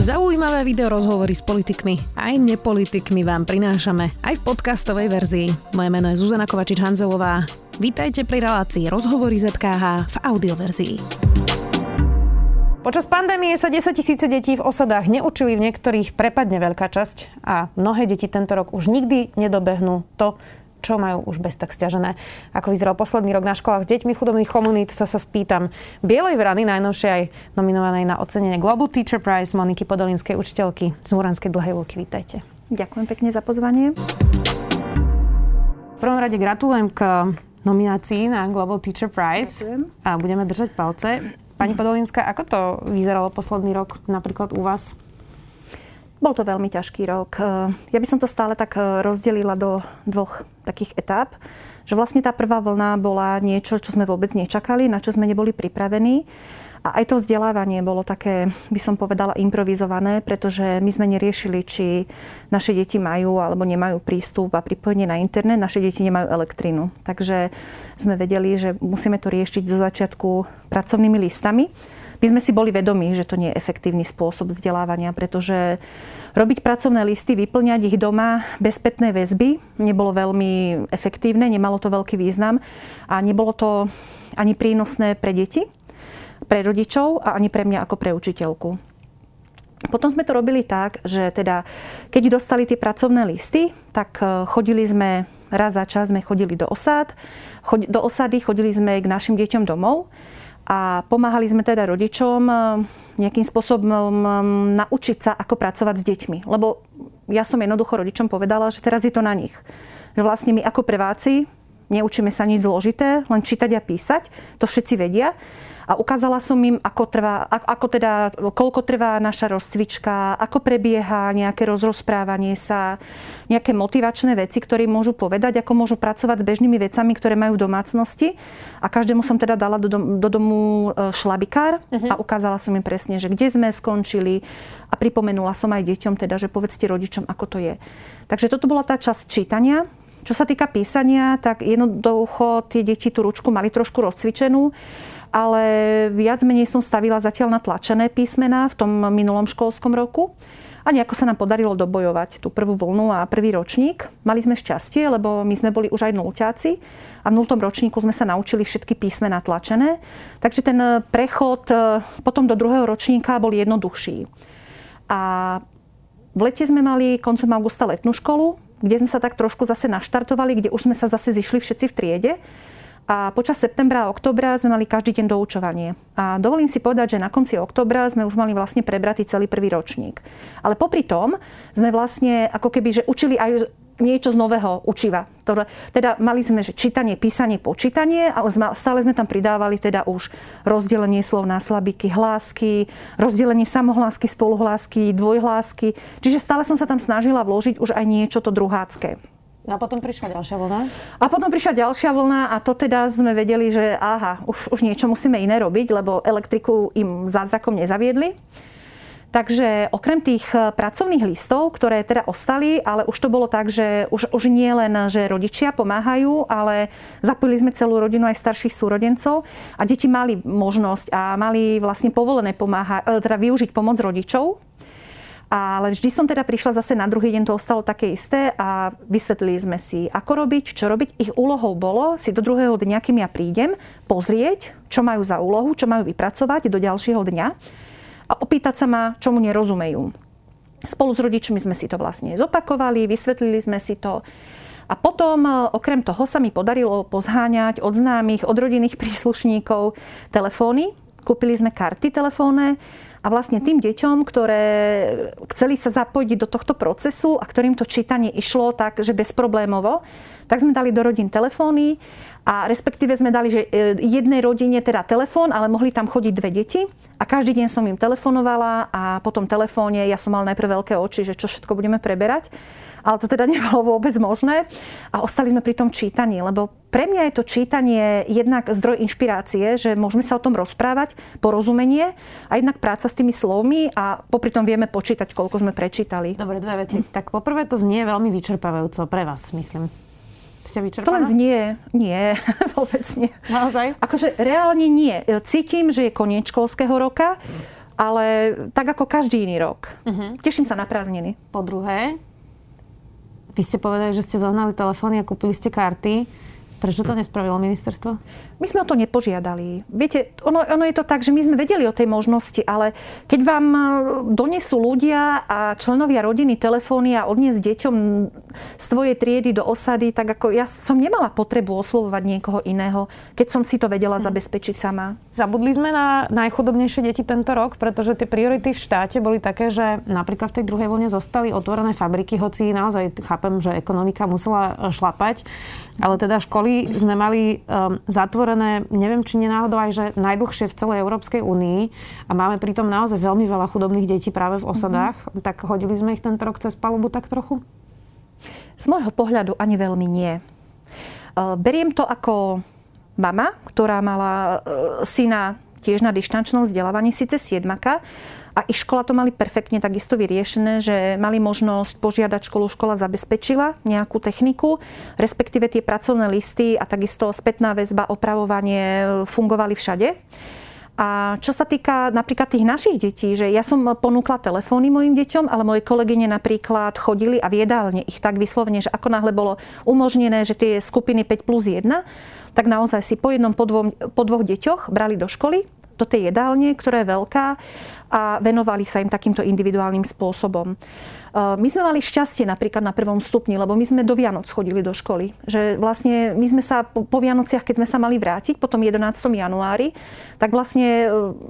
Zaujímavé video rozhovory s politikmi aj nepolitikmi vám prinášame aj v podcastovej verzii. Moje meno je Zuzana Kovačič-Hanzelová. Vítajte pri relácii Rozhovory ZKH v audioverzii. Počas pandémie sa 10 000 detí v osadách neučili, v niektorých prepadne veľká časť a mnohé deti tento rok už nikdy nedobehnú to, čo majú už bez tak sťažené. Ako vyzeral posledný rok na školách s deťmi chudobných komunít, to sa spýtam Bielej Vrany, najnovšie aj nominovanej na ocenenie Global Teacher Prize Moniky Podolínskej, učiteľky z Muranskej Dlhej Lúky. Vítajte. Ďakujem pekne za pozvanie. V prvom rade gratulujem k nominácii na Global Teacher Prize. Ďakujem. A budeme držať palce. Pani Podolínska, ako to vyzeralo posledný rok napríklad u vás? Bol to veľmi ťažký rok. Ja by som to stále tak rozdelila do dvoch takých etáp. Že vlastne tá prvá vlna bola niečo, čo sme vôbec nečakali, na čo sme neboli pripravení. A aj to vzdelávanie bolo také, by som povedala, improvizované, pretože my sme neriešili, či naše deti majú alebo nemajú prístup a pripojenie na internet. Naše deti nemajú elektrinu. Takže sme vedeli, že musíme to riešiť zo začiatku pracovnými listami. My sme si boli vedomí, že to nie je efektívny spôsob vzdelávania, pretože robiť pracovné listy, vyplňať ich doma bez spätnej väzby nebolo veľmi efektívne, nemalo to veľký význam a nebolo to ani prínosné pre deti, pre rodičov a ani pre mňa ako pre učiteľku. Potom sme to robili tak, že teda, keď dostali tie pracovné listy, tak chodili sme raz za čas, sme chodili do osád. Do osady chodili sme k našim deťom domov. A pomáhali sme teda rodičom nejakým spôsobom naučiť sa, ako pracovať s deťmi. Lebo ja som jednoducho rodičom povedala, že teraz je to na nich. Že vlastne my ako prváci neučíme sa nič zložité, len čítať a písať. To všetci vedia. A ukázala som im, koľko trvá naša rozcvička, ako prebieha nejaké rozprávanie sa, nejaké motivačné veci, ktoré môžu povedať, ako môžu pracovať s bežnými vecami, ktoré majú v domácnosti. A každému som teda dala do domu šlabikár a ukázala som im presne, že kde sme skončili a pripomenula som aj deťom teda, že povedzte rodičom, ako to je. Takže toto bola tá časť čítania. Čo sa týka písania, tak jednoducho tie deti tú ručku mali trošku rozcvičenú, ale viac menej som stavila zatiaľ na tlačené písmená v tom minulom školskom roku. A nejako sa nám podarilo dobojovať tú prvú vlnu a prvý ročník. Mali sme šťastie, lebo my sme boli už aj nulťáci a v 0. ročníku sme sa naučili všetky písmená tlačené. Takže ten prechod potom do 2. ročníka bol jednoduchší. A v lete sme mali koncom augusta letnú školu, kde sme sa tak trošku zase naštartovali, kde už sme sa zase zišli všetci v triede. A počas septembra a októbra sme mali každý deň doučovanie. A dovolím si povedať, že na konci októbra sme už mali vlastne prebratý celý prvý ročník. Ale popri tom sme vlastne ako keby, že učili aj niečo z nového učiva. Teda mali sme, že čítanie, písanie, počítanie, ale stále sme tam pridávali teda už rozdelenie slov na slabiky, hlásky, rozdelenie samohlásky, spoluhlásky, dvojhlásky. Čiže stále som sa tam snažila vložiť už aj niečo to druhácké. A potom prišla ďalšia vlna? A potom prišla ďalšia vlna a to teda sme vedeli, že už niečo musíme iné robiť, lebo elektriku im zázrakom nezaviedli. Takže okrem tých pracovných listov, ktoré teda ostali, ale už to bolo tak, že už nie len, že rodičia pomáhajú, ale zapojili sme celú rodinu aj starších súrodencov a deti mali možnosť a mali vlastne povolené využiť pomoc rodičov. Ale vždy som teda prišla zase na druhý deň, to ostalo také isté a vysvetlili sme si, ako robiť, čo robiť. Ich úlohou bolo si do druhého dňa, kým ja prídem, pozrieť, čo majú za úlohu, čo majú vypracovať do ďalšieho dňa a opýtať sa ma, čomu nerozumejú. Spolu s rodičmi sme si to vlastne zopakovali, vysvetlili sme si to. A potom, okrem toho, sa mi podarilo pozháňať od známych, od rodinných príslušníkov telefóny. Kúpili sme karty telefónne. A vlastne tým deťom, ktoré chceli sa zapojiť do tohto procesu a ktorým to čítanie išlo tak, že bezproblémovo, tak sme dali do rodín telefóny a respektíve sme dali, že jednej rodine teda telefón, ale mohli tam chodiť 2 deti a každý deň som im telefonovala a po tom telefóne ja som mala najprv veľké oči, že čo všetko budeme preberať. Ale to teda nebolo vôbec možné. A ostali sme pri tom čítaní, lebo pre mňa je to čítanie jednak zdroj inšpirácie, že môžeme sa o tom rozprávať, porozumenie a jednak práca s tými slovmi a popri tom vieme počítať, koľko sme prečítali. Dobre, 2 veci. Tak poprvé to znie veľmi vyčerpávajúco pre vás, myslím. Ste vyčerpaná? To len znie. Nie, vôbec nie. Naozaj? Akože reálne nie. Cítim, že je koniec školského roka. ale tak ako každý iný rok. Teším sa na prázdniny. Po druhé, vy ste povedali, že ste zohnali telefóny a kúpili ste karty. Prečo to nespravilo ministerstvo? My sme o to nepožiadali. Viete, ono je to tak, že my sme vedeli o tej možnosti, ale keď vám donesú ľudia a členovia rodiny telefóny a odniesť deťom z tvojej triedy do osady, tak ako ja som nemala potrebu oslovovať niekoho iného, keď som si to vedela zabezpečiť sama. Zabudli sme na najchudobnejšie deti tento rok, pretože tie priority v štáte boli také, že napríklad v tej druhej vlne zostali otvorené fabriky, hoci naozaj chápem, že ekonomika musela šlapať, ale teda školy sme mali zatvorené, neviem, či nenáhodou aj, že najdlhšie v celej Európskej únii a máme pritom naozaj veľmi veľa chudobných detí práve v osadách. Tak hodili sme ich tento rok cez palubu tak trochu? Z môjho pohľadu ani veľmi nie. Beriem to ako mama, ktorá mala syna tiež na dištančnom vzdelávaní, síce 7-ka, a ich škola to mali perfektne takisto vyriešené, že mali možnosť požiadať školu, škola zabezpečila nejakú techniku, respektíve tie pracovné listy a takisto spätná väzba, opravovanie fungovali všade. A čo sa týka napríklad tých našich detí, že ja som ponúkla telefóny mojim deťom, ale moje kolegyne napríklad chodili a v jedálne ich tak vyslovene, že ako náhle bolo umožnené, že tie skupiny 5+1, tak naozaj si po jednom, po dvoch deťoch brali do školy, do tej jedálne, ktorá je veľká, a venovali sa im takýmto individuálnym spôsobom. My sme mali šťastie napríklad na 1. stupni, lebo my sme do Vianoc chodili do školy. Že vlastne my sme sa po Vianociach, keď sme sa mali vrátiť, potom 11. januári, tak vlastne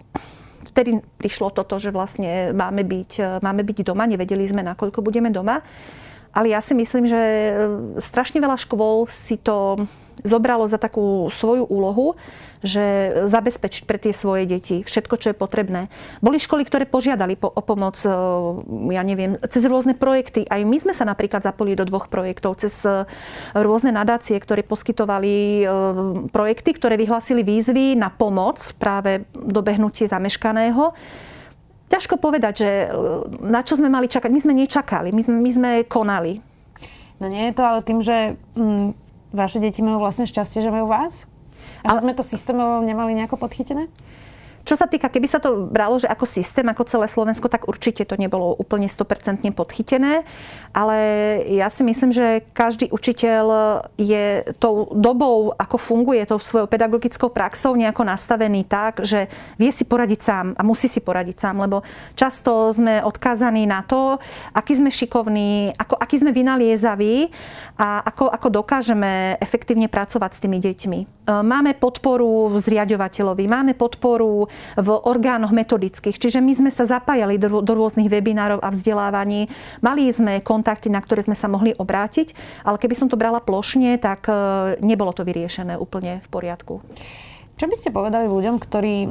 vtedy prišlo toto, že vlastne máme byť doma, nevedeli sme, nakoľko budeme doma. Ale ja si myslím, že strašne veľa škôl si to zobralo za takú svoju úlohu, že zabezpečiť pre tie svoje deti všetko, čo je potrebné. Boli školy, ktoré požiadali o pomoc, ja neviem, cez rôzne projekty. Aj my sme sa napríklad zapojili do 2 projektov, cez rôzne nadácie, ktoré poskytovali projekty, ktoré vyhlásili výzvy na pomoc práve dobehnutie zameškaného. Ťažko povedať, že na čo sme mali čakať. My sme nečakali, my sme konali. No nie je to ale tým, že vaše deti majú vlastne šťastie, že majú vás? Ale sme to systémovo nemali nejako podchytené? Čo sa týka, keby sa to bralo, že ako systém, ako celé Slovensko, tak určite to nebolo úplne 100% podchytené. Ale ja si myslím, že každý učiteľ je tou dobou, ako funguje, tou svojou pedagogickou praxou nejako nastavený tak, že vie si poradiť sám a musí si poradiť sám, lebo často sme odkázaní na to, aký sme šikovní, aký sme vynaliezaví a ako dokážeme efektívne pracovať s tými deťmi. Máme podporu v zriaďovateľovi, máme podporu v orgánoch metodických. Čiže my sme sa zapájali do rôznych webinárov a vzdelávaní. Mali sme kontakty, na ktoré sme sa mohli obrátiť, ale keby som to brala plošne, tak nebolo to vyriešené úplne v poriadku. Čo by ste povedali ľuďom, ktorí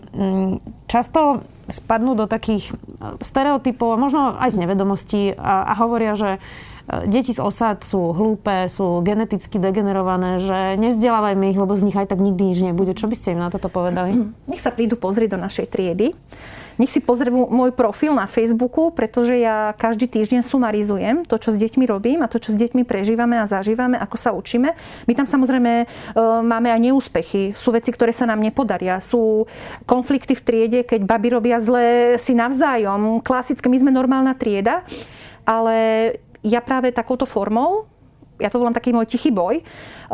často spadnú do takých stereotypov, možno aj z nevedomostí a hovoria, že deti z osad sú hlúpe, sú geneticky degenerované, že nevzdelávajme ich, lebo z nich aj tak nikdy nič nebude. Čo by ste im na toto povedali? Nech sa prídu pozrieť do našej triedy. Nech si pozrú môj profil na Facebooku, pretože ja každý týždeň sumarizujem to, čo s deťmi robím a to, čo s deťmi prežívame a zažívame, ako sa učíme. My tam samozrejme máme aj neúspechy. Sú veci, ktoré sa nám nepodaria. Sú konflikty v triede, keď baby robia zle si navzájom. Klasické, my sme normálna trieda, ale ja práve takouto formou, ja to volám taký môj tichý boj,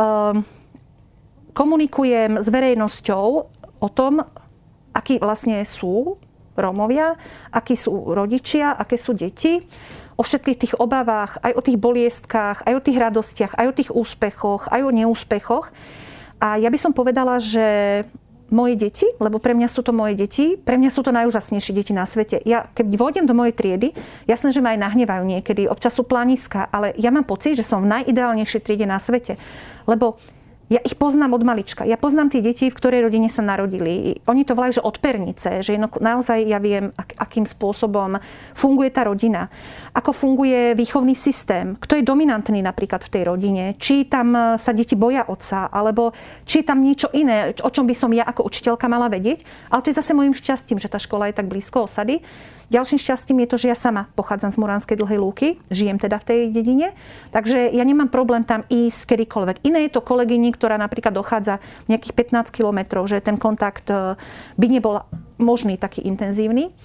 komunikujem s verejnosťou o tom, akí vlastne sú Rómovia, akí sú rodičia, aké sú deti, o všetkých tých obavách, aj o tých boliestkách, aj o tých radostiach, aj o tých úspechoch, aj o neúspechoch. A ja by som povedala, že moje deti, lebo pre mňa sú to moje deti, pre mňa sú to najúžasnejšie deti na svete. Ja, keď vôjdem do mojej triedy, jasné, že ma aj nahnevajú niekedy, občas sú planiska, ale ja mám pocit, že som v najideálnejšej triede na svete. Lebo ja ich poznám od malička. Ja poznám tie deti, v ktorej rodine sa narodili. Oni to volajú, že od pernice. Že naozaj ja viem, akým spôsobom funguje tá rodina. Ako funguje výchovný systém. Kto je dominantný napríklad v tej rodine. Či tam sa deti boja otca. Alebo či je tam niečo iné, o čom by som ja ako učiteľka mala vedieť. Ale to je zase môjim šťastím, že tá škola je tak blízko osady. Ďalším šťastím je to, že ja sama pochádzam z Muránskej Dlhej Lúky, žijem teda v tej dedine, takže ja nemám problém tam ísť kedykoľvek. Iné je to kolegyni, ktorá napríklad dochádza nejakých 15 kilometrov, že ten kontakt by nebol možný taký intenzívny.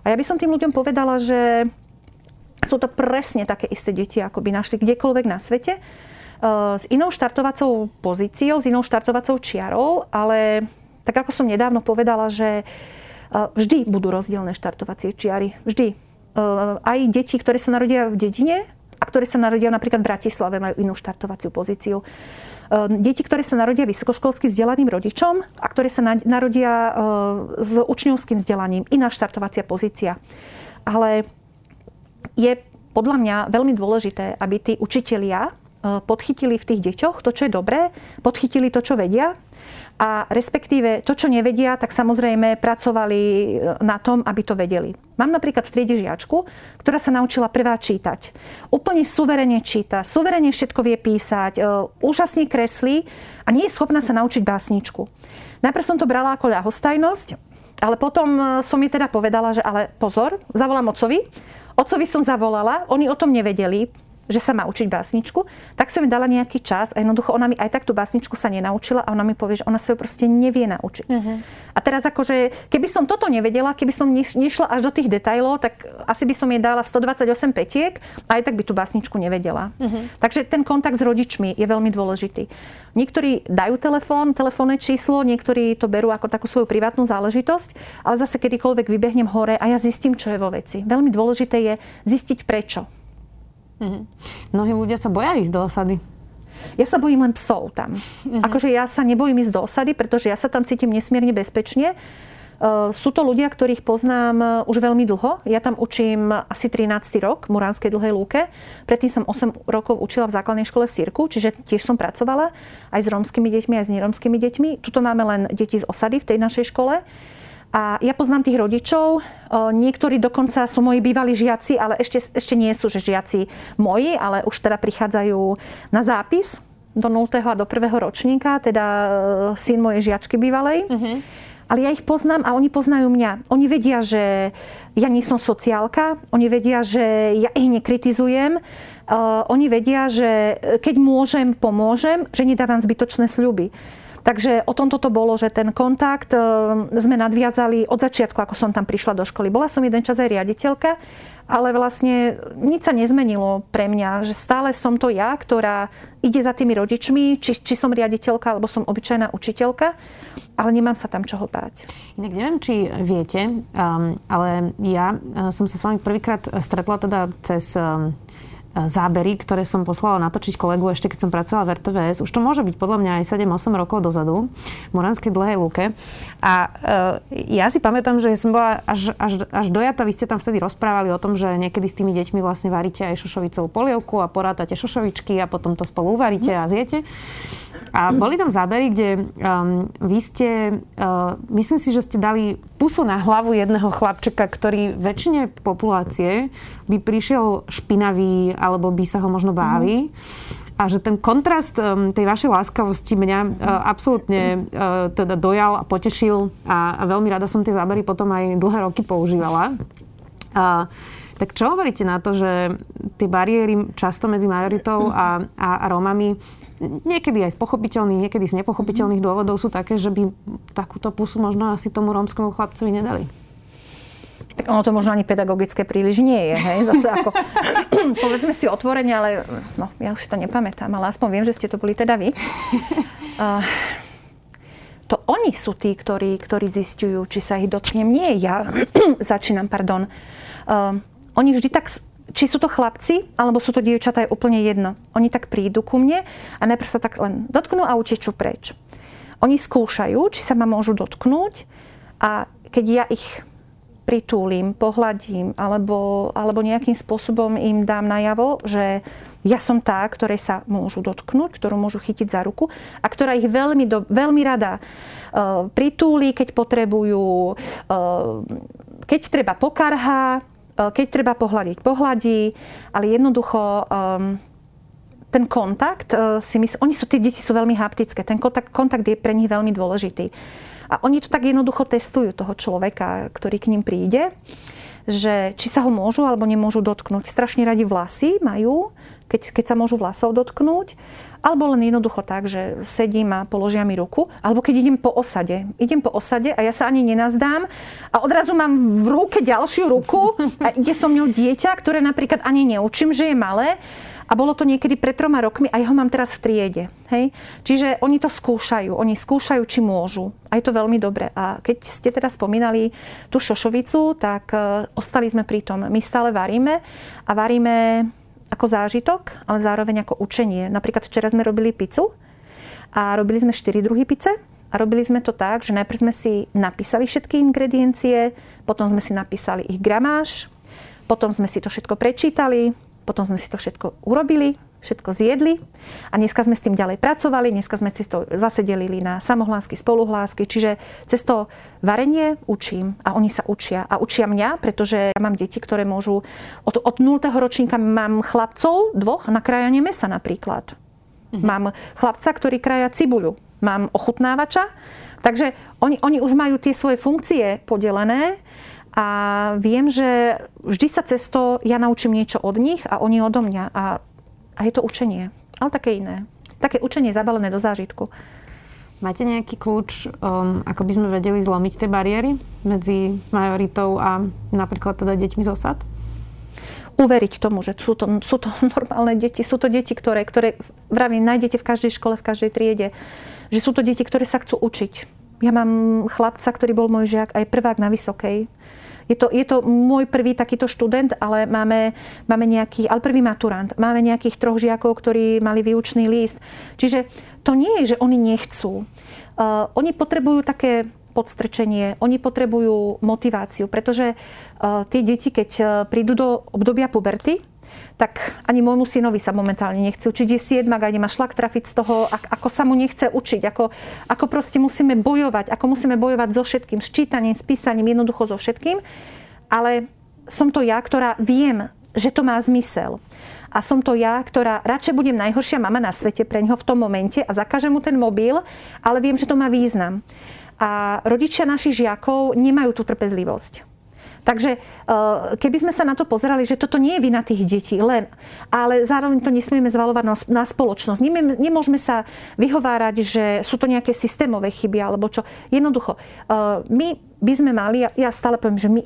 A ja by som tým ľuďom povedala, že sú to presne také isté deti, ako by našli kdekoľvek na svete, s inou štartovacou pozíciou, s inou štartovacou čiarou, ale tak ako som nedávno povedala, že vždy budú rozdielne štartovacie čiary. Vždy. Aj deti, ktoré sa narodia v dedine a ktoré sa narodia napríklad v Bratislave, majú inú štartovaciu pozíciu. Deti, ktoré sa narodia vysokoškolsky vzdelaným rodičom a ktoré sa narodia s učňovským vzdelaním, iná štartovacia pozícia. Ale je podľa mňa veľmi dôležité, aby tí učitelia podchytili v tých deťoch to, čo je dobré, podchytili to, čo vedia a respektíve to, čo nevedia, tak samozrejme pracovali na tom, aby to vedeli. Mám napríklad v triede žiačku, ktorá sa naučila prvá čítať. Úplne suverene číta, suverene všetko vie písať, úžasne kreslí a nie je schopná sa naučiť básničku. Najprv som to brala ako ľahostajnosť, ale potom som jej teda povedala, že ale pozor, zavolám otcovi. Otcovi som zavolala, oni o tom nevedeli, že sa má učiť básničku, tak som mi dala nejaký čas a jednoducho ona mi aj tak tú básničku sa nenaučila a ona mi povie, že ona sa ju proste nevie naučiť. A teraz akože, keby som toto nevedela, keby som nešla až do tých detailov, tak asi by som jej dala 128 petiek a aj tak by tú básničku nevedela. Takže ten kontakt s rodičmi je veľmi dôležitý. Niektorí dajú telefónne číslo, niektorí to berú ako takú svoju privátnu záležitosť, ale zase kedykoľvek vybehnem hore a ja zistím, čo je vo veci. Veľmi dôležité je zistiť prečo. Mnohí ľudia sa boja ísť do osady. Ja sa bojím len psov tam. Akože ja sa nebojím ísť do osady, pretože ja sa tam cítim nesmierne bezpečne. Sú to ľudia, ktorých poznám už veľmi dlho. Ja tam učím asi 13. rok v Muránskej Dlhej Lúke. Predtým som 8 rokov učila v základnej škole v Sirku, čiže tiež som pracovala aj s rómskymi deťmi, aj s nerómskymi deťmi. Tuto máme len deti z osady v tej našej škole. A ja poznám tých rodičov, niektorí dokonca sú moji bývalí žiaci, ale ešte nie sú že žiaci moji, ale už teda prichádzajú na zápis do 0. a do 1. ročníka, teda syn mojej žiačky bývalej. Ale ja ich poznám a oni poznajú mňa. Oni vedia, že ja nie som sociálka, oni vedia, že ja ich nekritizujem, oni vedia, že keď môžem, pomôžem, že nedávam zbytočné sľuby. Takže o tomto to bolo, že ten kontakt sme nadviazali od začiatku, ako som tam prišla do školy. Bola som jeden čas aj riaditeľka, ale vlastne nič sa nezmenilo pre mňa, že stále som to ja, ktorá ide za tými rodičmi, či som riaditeľka, alebo som obyčajná učiteľka, ale nemám sa tam čoho báť. Inak neviem, či viete, ale ja som sa s vami prvýkrát stretla teda cez zábery, ktoré som poslala natočiť kolegu ešte keď som pracovala v RTVS. Už to môže byť podľa mňa aj 7-8 rokov dozadu v Muránskej Dlhej Lúke. A ja si pamätám, že som bola až dojata. Vy ste tam vtedy rozprávali o tom, že niekedy s tými deťmi vlastne varíte aj šošovicovú polievku a porátate šošovičky a potom to spolu uvaríte a zjete. A boli tam zábery, kde vy ste, myslím si, že ste dali pusu na hlavu jedného chlapčeka, ktorý väčšine populácie by prišiel špinavý, alebo by sa ho možno báli. A že ten kontrast tej vašej láskavosti mňa absolútne teda dojal a potešil a veľmi rada som tie zábery potom aj dlhé roky používala. Tak čo hovoríte na to, že tie bariéry často medzi majoritou a Rómami niekedy aj z pochopiteľných, niekedy z nepochopiteľných dôvodov sú také, že by takúto pusu možno asi tomu rómskemu chlapcovi nedali? Tak ono to možno ani pedagogické príliš nie je, hej? Zase ako, povedzme si otvorene, ale no, ja už si to nepamätám, ale aspoň viem, že ste to boli teda vy. To oni sú tí, ktorí zisťujú, či sa ich dotknem. Nie ja. Oni vždy tak, či sú to chlapci, alebo sú to dievčatá, je úplne jedno. Oni tak prídu ku mne a najprv sa tak len dotknú a utečú preč. Oni skúšajú, či sa ma môžu dotknúť a keď ja ich pritúlim, pohľadím alebo nejakým spôsobom im dám najavo, že ja som tá, ktorej sa môžu dotknúť, ktorú môžu chytiť za ruku a ktorá ich veľmi rada pritúli, keď potrebujú, keď treba pokarhá, keď treba pohľadiť, pohľadí, ale jednoducho ten kontakt, tie deti sú veľmi haptické, ten kontakt je pre nich veľmi dôležitý. A oni to tak jednoducho testujú toho človeka, ktorý k ním príde, že či sa ho môžu alebo nemôžu dotknúť. Strašne radi vlasy majú, keď sa môžu vlasov dotknúť, alebo len jednoducho tak, že sedím a položia mi ruku, alebo keď idem po osade. Idem po osade a ja sa ani nenazdám a odrazu mám v ruke ďalšiu ruku a ide so mnou dieťa, ktoré napríklad ani neučím, že je malé. A bolo to niekedy pred 3 rokmi a ja ho mám teraz v triede. Hej? Čiže oni to skúšajú. Oni skúšajú, či môžu. A je to veľmi dobré. A keď ste teda spomínali tú šošovicu, tak ostali sme pri tom. My stále varíme a varíme ako zážitok, ale zároveň ako učenie. Napríklad včera sme robili pizzu a robili sme 4 druhy pice. A robili sme to tak, že najprv sme si napísali všetky ingrediencie, potom sme si napísali ich gramáž, potom sme si to všetko prečítali, potom sme si to všetko urobili, všetko zjedli a dneska sme s tým ďalej pracovali, dneska sme si to zase delili na samohlásky, spoluhlásky, čiže cez to varenie učím a oni sa učia. A učia mňa, pretože ja mám deti, ktoré môžu, od 0. ročníka mám chlapcov 2 na krájanie mesa napríklad. Mám chlapca, ktorý krája cibuľu, mám ochutnávača, takže oni už majú tie svoje funkcie podelené. A viem, že vždy sa cez to ja naučím niečo od nich a oni odo mňa. A je to učenie. Ale také iné. Také učenie zabalené do zážitku. Máte nejaký kľúč, ako by sme vedeli zlomiť tie bariéry medzi majoritou a napríklad teda deťmi z osad? Uveriť tomu, že sú to normálne deti. Sú to deti, ktoré vravím, nájdete v každej škole, v každej triede. Že sú to deti, ktoré sa chcú učiť. Ja mám chlapca, ktorý bol môj žiak, aj prvák na vysokej. Je to môj prvý takýto študent, ale máme nejaký, ale prvý maturant. Máme nejakých 3 žiakov, ktorí mali výučný list. Čiže to nie je, že oni nechcú. Oni potrebujú také podstrčenie, oni potrebujú motiváciu, pretože tie deti, keď prídu do obdobia puberty, tak ani môjmu synovi sa momentálne nechce učiť. Je 7 a ide ma šlak trafiť z toho, ako sa mu nechce učiť, ako proste musíme bojovať, so všetkým, s čítaním, s písaním, jednoducho so všetkým. Ale som to ja, ktorá viem, že to má zmysel. A som to ja, ktorá radšej budem najhoršia mama na svete pre ňoho v tom momente a zakážem mu ten mobil, ale viem, že to má význam. A rodičia našich žiakov nemajú tú trpezlivosť. Takže keby sme sa na to pozerali, že toto nie je vina tých detí len, ale zároveň to nesmieme zvaľovať na spoločnosť. Nemôžeme sa vyhovárať, že sú to nejaké systémové chyby alebo čo. Jednoducho, my by sme mali, ja stále poviem, že my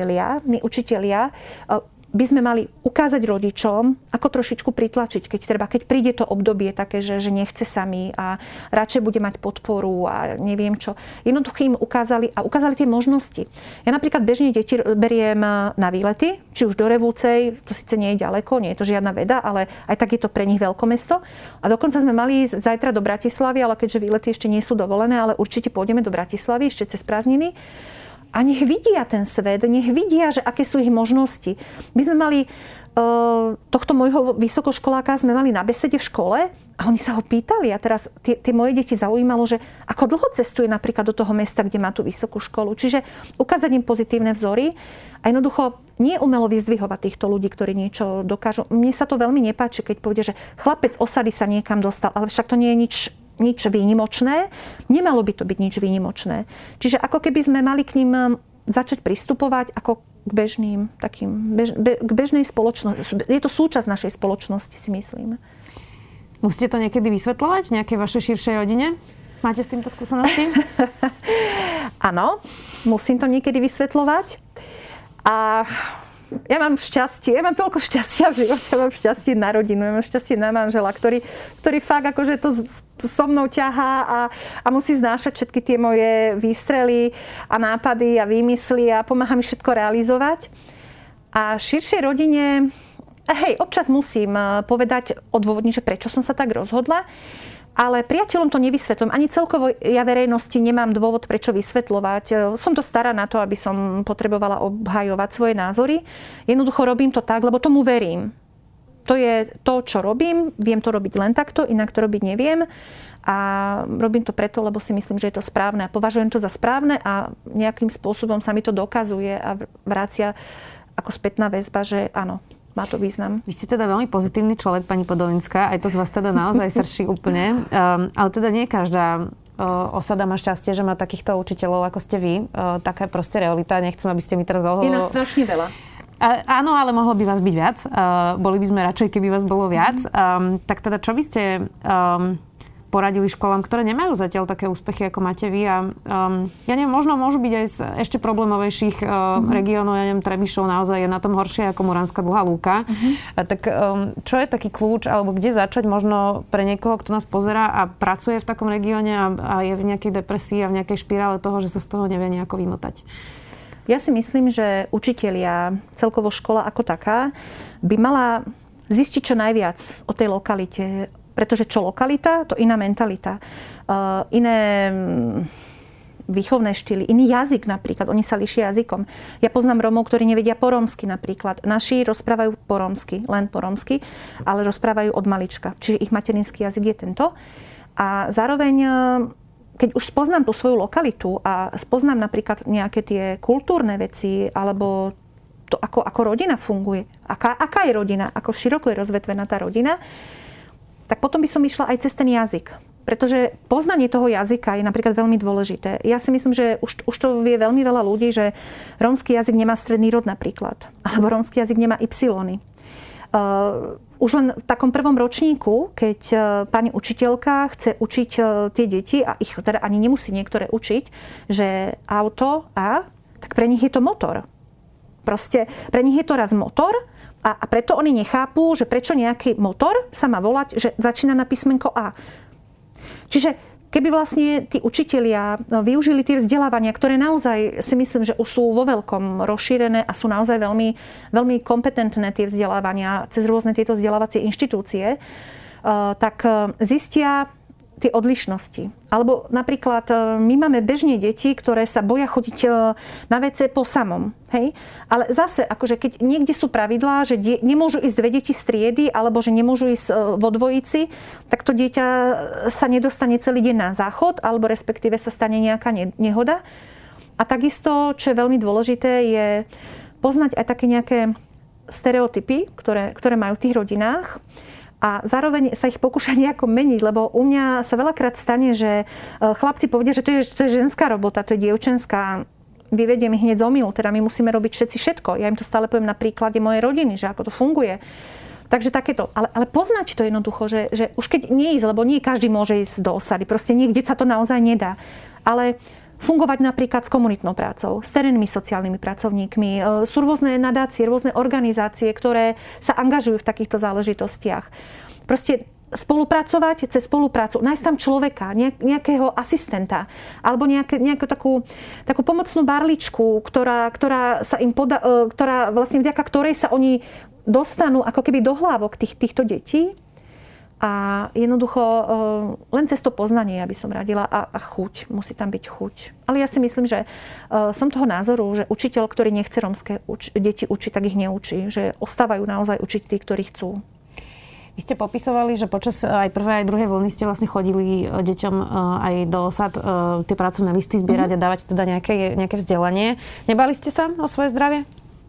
učitelia by sme mali ukázať rodičom, ako trošičku pritlačiť, keď príde to obdobie také, že nechce sami a radšej bude mať podporu a neviem čo. Jednoducho im ukázali tie možnosti. Ja napríklad bežne deti beriem na výlety, či už do Revúcej, to síce nie je ďaleko, nie je to žiadna veda, ale aj tak je to pre nich veľkomesto. A dokonca sme mali ísť zajtra do Bratislavy, ale keďže výlety ešte nie sú dovolené, ale určite pôjdeme do Bratislavy ešte cez prázdniny. A nech vidia ten svet, nech vidia, že aké sú ich možnosti. My sme mali tohto môjho vysokoškoláka sme mali na besede v škole a oni sa ho pýtali. A teraz tie moje deti zaujímalo, že ako dlho cestuje napríklad do toho mesta, kde má tú vysokú školu. Čiže ukázať im pozitívne vzory a jednoducho nie umelo vyzdvihovať týchto ľudí, ktorí niečo dokážu. Mne sa to veľmi nepáči, keď povede, že chlapec osady sa niekam dostal, ale však to nie je nič výnimočné. Nemalo by to byť nič výnimočné. Čiže ako keby sme mali k ním začať pristupovať ako k k bežnej spoločnosti. Je to súčasť našej spoločnosti, si myslím. Musíte to niekedy vysvetľovať nejakej vašej širšej rodine? Máte s týmto skúsenosti? Áno, musím to niekedy vysvetľovať. A ja mám toľko šťastia v živote, ja mám šťastie na rodinu, ja mám šťastie na manžela, ktorý fakt akože to so mnou ťahá a musí znášať všetky tie moje výstrely a nápady a výmysly a pomáha mi všetko realizovať. A širšej rodine, občas musím povedať, odôvodniť, že prečo som sa tak rozhodla. Ale priateľom to nevysvetľujem. Ani celkovo ja verejnosti nemám dôvod, prečo vysvetľovať. Som to stará na to, aby som potrebovala obhajovať svoje názory. Jednoducho robím to tak, lebo tomu verím. To je to, čo robím. Viem to robiť len takto, inak to robiť neviem. A robím to preto, lebo si myslím, že je to správne. A považujem to za správne a nejakým spôsobom sa mi to dokazuje a vracia ako spätná väzba, že áno, má to význam. Vy ste teda veľmi pozitívny človek, pani Podolinská. Aj to z vás teda naozaj srší úplne. Ale teda nie každá osada má šťastie, že má takýchto učiteľov, ako ste vy. Taká proste realita. Nechcem, aby ste mi teraz Je nás strašne veľa. Áno, ale mohlo by vás byť viac. Boli by sme radšej, keby vás bolo viac. Tak teda, čo by ste poradili školám, ktoré nemajú zatiaľ také úspechy, ako máte vy? A ja neviem, možno môžu byť aj z ešte problémovejších regiónov. Ja neviem, Trebišov naozaj je na tom horšie ako Muránska Dlhá Lúka. Tak čo je taký kľúč, alebo kde začať možno pre niekoho, kto nás pozerá a pracuje v takom regióne a je v nejakej depresii a v nejakej špirále toho, že sa z toho nevie nejako vymotať? Ja si myslím, že učitelia, celkovo škola ako taká, by mala zistiť čo najviac o tej lokalite. Pretože čo lokalita, to iná mentalita. Iné výchovné štýly, iný jazyk napríklad. Oni sa líšia jazykom. Ja poznám Rómov, ktorí nevedia po rómsky napríklad. Naši rozprávajú po rómsky, len po rómsky, ale rozprávajú od malička. Čiže ich materinský jazyk je tento. A zároveň, keď už spoznám tú svoju lokalitu a spoznám napríklad nejaké tie kultúrne veci, alebo to, ako rodina funguje, aká je rodina, ako široko je rozvetvená tá rodina, tak potom by som išla aj cez ten jazyk. Pretože poznanie toho jazyka je napríklad veľmi dôležité. Ja si myslím, že už to vie veľmi veľa ľudí, že rómsky jazyk nemá stredný rod napríklad. Alebo rómsky jazyk nemá y. Už len v takom prvom ročníku, keď pani učiteľka chce učiť tie deti, a ich teda ani nemusí niektoré učiť, že auto tak pre nich je to motor. Proste pre nich je to raz motor, a preto oni nechápu, že prečo nejaký motor sa má volať, že začína na písmenko A. Čiže keby vlastne tí učitelia využili tie vzdelávania, ktoré naozaj si myslím, že už sú vo veľkom rozšírené a sú naozaj veľmi, veľmi kompetentné tie vzdelávania cez rôzne tieto vzdelávacie inštitúcie, tak zistia tie odlišnosti. Alebo napríklad my máme bežne deti, ktoré sa boja chodiť na WC po samom. Hej? Ale zase, akože keď niekde sú pravidlá, že nemôžu ísť dve deti z triedy, alebo že nemôžu ísť vo dvojici, tak to dieťa sa nedostane celý deň na záchod, alebo respektíve sa stane nejaká nehoda. A takisto, čo je veľmi dôležité, je poznať aj také nejaké stereotypy, ktoré majú v tých rodinách. A zároveň sa ich pokúšať nejako meniť, lebo u mňa sa veľakrát stane, že chlapci povedia, že to je ženská robota, to je dievčenská. Vyvediem ich hneď z omylu, teda my musíme robiť všetci všetko. Ja im to stále poviem na príklade mojej rodiny, že ako to funguje. Takže takéto. Ale poznať to jednoducho, že už keď nie ísť, lebo nie každý môže ísť do osady. Proste niekde sa to naozaj nedá. Ale fungovať napríklad s komunitnou prácou, s terénnymi sociálnymi pracovníkmi. Sú rôzne nadácie, rôzne organizácie, ktoré sa angažujú v takýchto záležitostiach. Proste spolupracovať cez spoluprácu, nájsť tam človeka, nejakého asistenta alebo nejakú takú pomocnú barličku, ktorá sa im ktorá vlastne vďaka ktorej sa oni dostanú ako keby do hlávok týchto detí. A jednoducho len cez to poznanie, ja by som radila, a chuť. Musí tam byť chuť. Ale ja si myslím, že som toho názoru, že učiteľ, ktorý nechce rómske deti učiť, tak ich neučí. Že ostávajú naozaj učiť tí, ktorí chcú. Vy ste popisovali, že počas aj prvej, aj druhej vlny ste vlastne chodili deťom aj do osad tie pracovné listy zbierať a dávať teda nejaké vzdelanie. Nebali ste sa o svoje zdravie?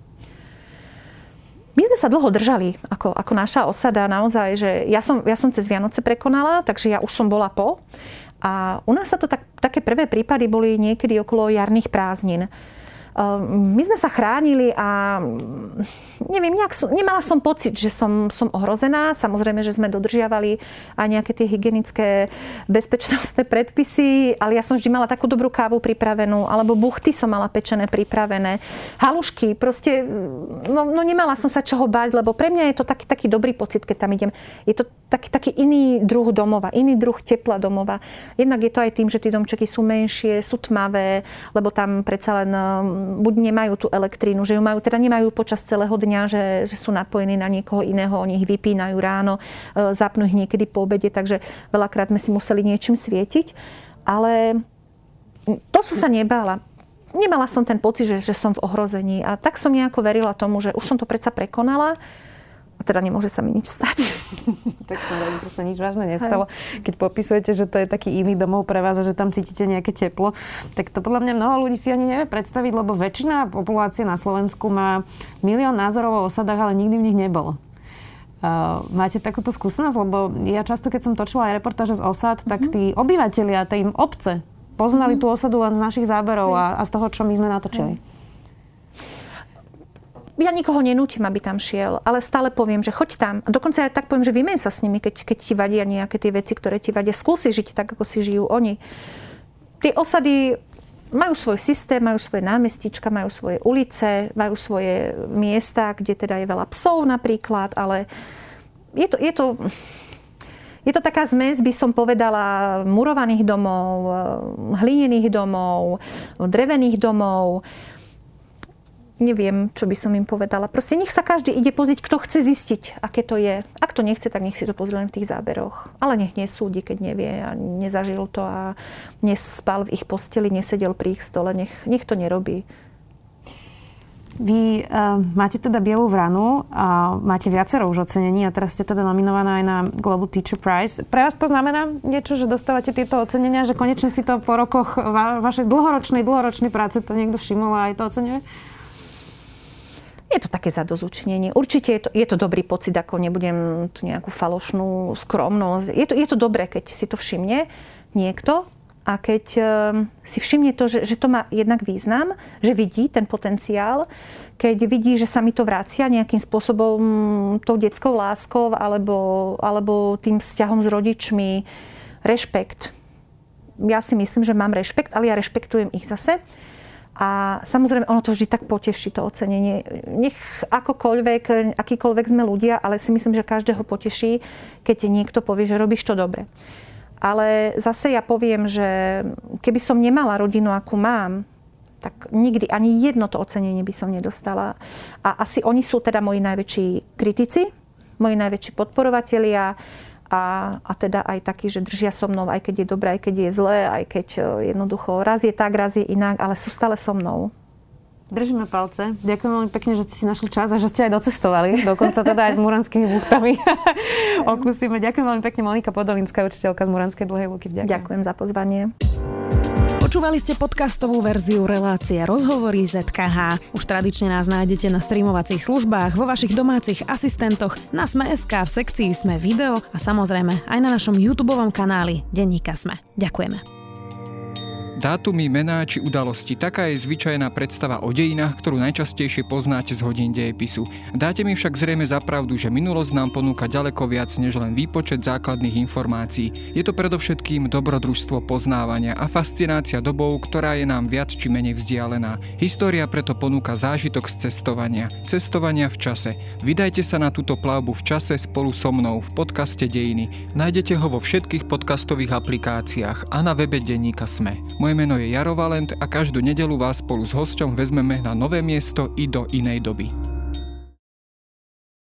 My sme sa dlho držali ako naša osada naozaj, že ja som cez Vianoce prekonala, takže ja už som bola po. A u nás sa to také prvé prípady boli niekedy okolo jarných prázdnin. My sme sa chránili a neviem, nemala som pocit, že som ohrozená. Samozrejme, že sme dodržiavali aj nejaké tie hygienické bezpečnostné predpisy, ale ja som vždy mala takú dobrú kávu pripravenú, alebo buchty som mala pečené pripravené, halušky, proste no nemala som sa čoho báť, lebo pre mňa je to taký dobrý pocit, keď tam idem. Je to taký iný druh domova, iný druh tepla domova. Jednak je to aj tým, že tie domčeky sú menšie, sú tmavé, lebo tam predsa len buď nemajú tú elektrínu, že ju majú, teda nemajú počas celého dňa, že sú napojení na niekoho iného, oni ich vypínajú ráno, zapnú ich niekedy po obede, takže veľakrát sme si museli niečím svietiť. Ale to som sa nebála. Nemala som ten pocit, že som v ohrození. A tak som nejako verila tomu, že už som to predsa prekonala. A teda nemôže sa mi nič stať. Tak som rada, že sa nič vážne nestalo. Keď popisujete, že to je taký iný domov pre vás a že tam cítite nejaké teplo, tak to podľa mňa mnoho ľudí si ani nevie predstaviť, lebo väčšina populácie na Slovensku má milión názorov o osadách, ale nikdy v nich nebolo. Máte takúto skúsenosť? Lebo ja často, keď som točila aj reportáže z osad, tak tí obyvatelia tej obce poznali tú osadu len z našich záberov a z toho, čo my sme natočili. ja nikoho nenútim, aby tam šiel, ale stále poviem, že choď tam. A dokonca aj tak poviem, že vymeň sa s nimi, keď ti vadia nejaké tie veci, ktoré ti vadia. Skúsi žiť tak, ako si žijú oni. Tie osady majú svoj systém, majú svoje námestička, majú svoje ulice, majú svoje miesta, kde teda je veľa psov napríklad, ale je to taká zmes, by som povedala, murovaných domov, hlinených domov, drevených domov. Neviem, čo by som im povedala. Proste nech sa každý ide pozrieť, kto chce zistiť, aké to je. Ak to nechce, tak nech si to pozrie len v tých záberoch. Ale nech nesúdi, keď nevie a nezažil to a nespal v ich posteli, nesedel pri ich stole. Nech to nerobí. Vy máte teda Bielú vranu a máte viacero už ocenení a teraz ste teda nominovaná aj na Global Teacher Prize. Pre vás to znamená niečo, že dostávate tieto ocenenia, že konečne si to po rokoch vašej dlhoročnej práce to niekto všimol a aj to oceňuje? Je to také zadozučinenie. Určite je to dobrý pocit, ako nebudem tu nejakú falošnú skromnosť. Je to dobré, keď si to všimne niekto a keď si všimne to, že to má jednak význam, že vidí ten potenciál, keď vidí, že sa mi to vracia nejakým spôsobom tou detskou láskou alebo tým vzťahom s rodičmi. Rešpekt. Ja si myslím, že mám rešpekt, ale ja rešpektujem ich zase. A samozrejme, ono to vždy tak poteší, to ocenenie. Nech akýkoľvek sme ľudia, ale si myslím, že každého poteší, keď niekto povie, že robíš to dobre. Ale zase ja poviem, že keby som nemala rodinu, akú mám, tak nikdy ani jedno to ocenenie by som nedostala. A asi oni sú teda moji najväčší kritici, moji najväčší podporovatelia, a teda aj takí, že držia so mnou, aj keď je dobré, aj keď je zlé, aj keď jednoducho raz je tak, raz je inak, ale sú stále so mnou. Držíme palce. Ďakujem veľmi pekne, že ste si našli čas a že ste aj docestovali. Dokonca teda aj s Muranskými buchtami okúsime. Ďakujem veľmi pekne. Monika Podolinská, učiteľka z Muranskej Dlhej Lúky. Ďakujem za pozvanie. Počúvali ste podcastovú verziu relácie Rozhovory ZKH. Už tradične nás nájdete na streamovacích službách, vo vašich domácich asistentoch, na Sme.sk, v sekcii Sme video a samozrejme aj na našom YouTubeovom kanáli Denníka Sme. Ďakujeme. Dátumy, mená či udalosti, taká je zvyčajná predstava o dejinách, ktorú najčastejšie poznáte z hodín dejepisu. Dáte mi však zrejme za pravdu, že minulosť nám ponúka ďaleko viac než len výpočet základných informácií. Je to predovšetkým dobrodružstvo poznávania a fascinácia dobou, ktorá je nám viac či menej vzdialená. História preto ponúka zážitok z cestovania v čase. Vydajte sa na túto plavbu v čase spolu so mnou v podcaste Dejiny. Nájdete ho vo všetkých podcastových aplikáciách a na webe Denníka Sme. Moje meno je Jaro Valent a každú nedeľu vás spolu s hosťom vezmeme na nové miesto i do inej doby.